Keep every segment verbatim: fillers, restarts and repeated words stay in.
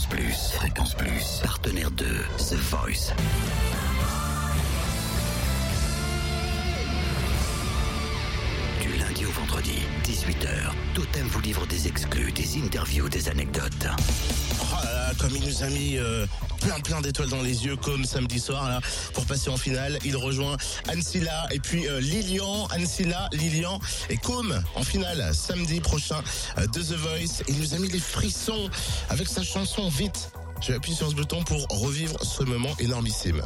Fréquence Plus. Fréquence Plus. Partenaire de The Voice. Du lundi au vendredi, dix-huit heures, Totem vous livre des exclus, des interviews, des anecdotes. Oh là là, comme il nous a mis euh, plein plein d'étoiles dans les yeux, comme samedi soir là, pour passer en finale, il rejoint Ancilla et puis euh, Lilian, Ancilla, Lilian et Com en finale samedi prochain euh, de The Voice. Il nous a mis des frissons avec sa chanson Vite. Je vais appuyer sur ce bouton pour revivre ce moment énormissime.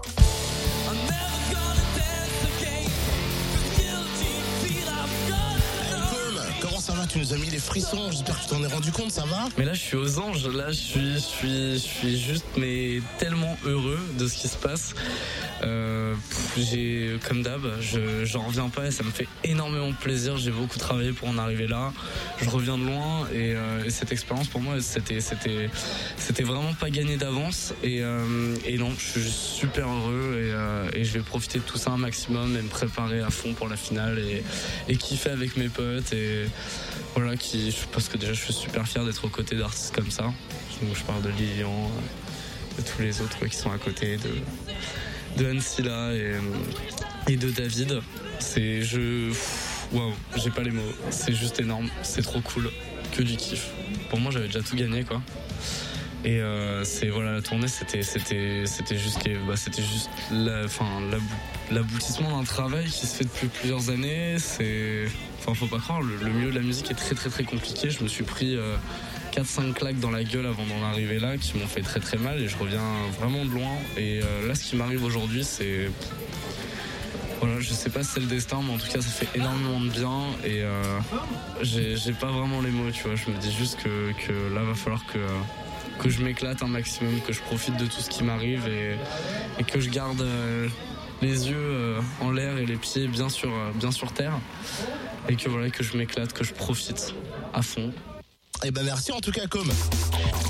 Ça va, tu nous as mis les frissons, j'espère que tu t'en es rendu compte, ça va? Mais là je suis aux anges, là je suis, je suis, je suis juste mais tellement heureux de ce qui se passe. Euh, j'ai, comme d'hab, je, j'en reviens pas et ça me fait énormément de plaisir. J'ai beaucoup travaillé pour en arriver là. Je reviens de loin et, euh, et cette expérience pour moi c'était, c'était, c'était vraiment pas gagné d'avance et, euh, et non, je suis super heureux et, euh, et je vais profiter de tout ça un maximum et me préparer à fond pour la finale et, et kiffer avec mes potes et voilà, qui, parce que déjà je suis super fier d'être aux côtés d'artistes comme ça. Donc je parle de Lilian, de tous les autres qui sont à côté, de, de Ancilla et, et de David. C'est, je, waouh, j'ai pas les mots. C'est juste énorme, c'est trop cool, que du kiff. Pour moi j'avais déjà tout gagné quoi. Et euh, c'est voilà, la tournée c'était c'était c'était juste bah, c'était juste la, enfin l'aboutissement d'un travail qui se fait depuis plusieurs années. C'est enfin faut pas croire, le, le milieu de la musique est très très très compliqué. Je me suis pris euh, quatre cinq claques dans la gueule avant d'en arriver là qui m'ont fait très très mal et je reviens vraiment de loin. Et euh, là ce qui m'arrive aujourd'hui c'est voilà, je sais pas si c'est le destin, mais en tout cas ça fait énormément de bien et euh, j'ai, j'ai pas vraiment les mots, tu vois. Je me dis juste que, que là va falloir que que je m'éclate un maximum, que je profite de tout ce qui m'arrive et, et que je garde euh, les yeux euh, en l'air et les pieds bien sur, euh, bien sur terre et que voilà, que je m'éclate, que je profite à fond. Et ben merci en tout cas Com.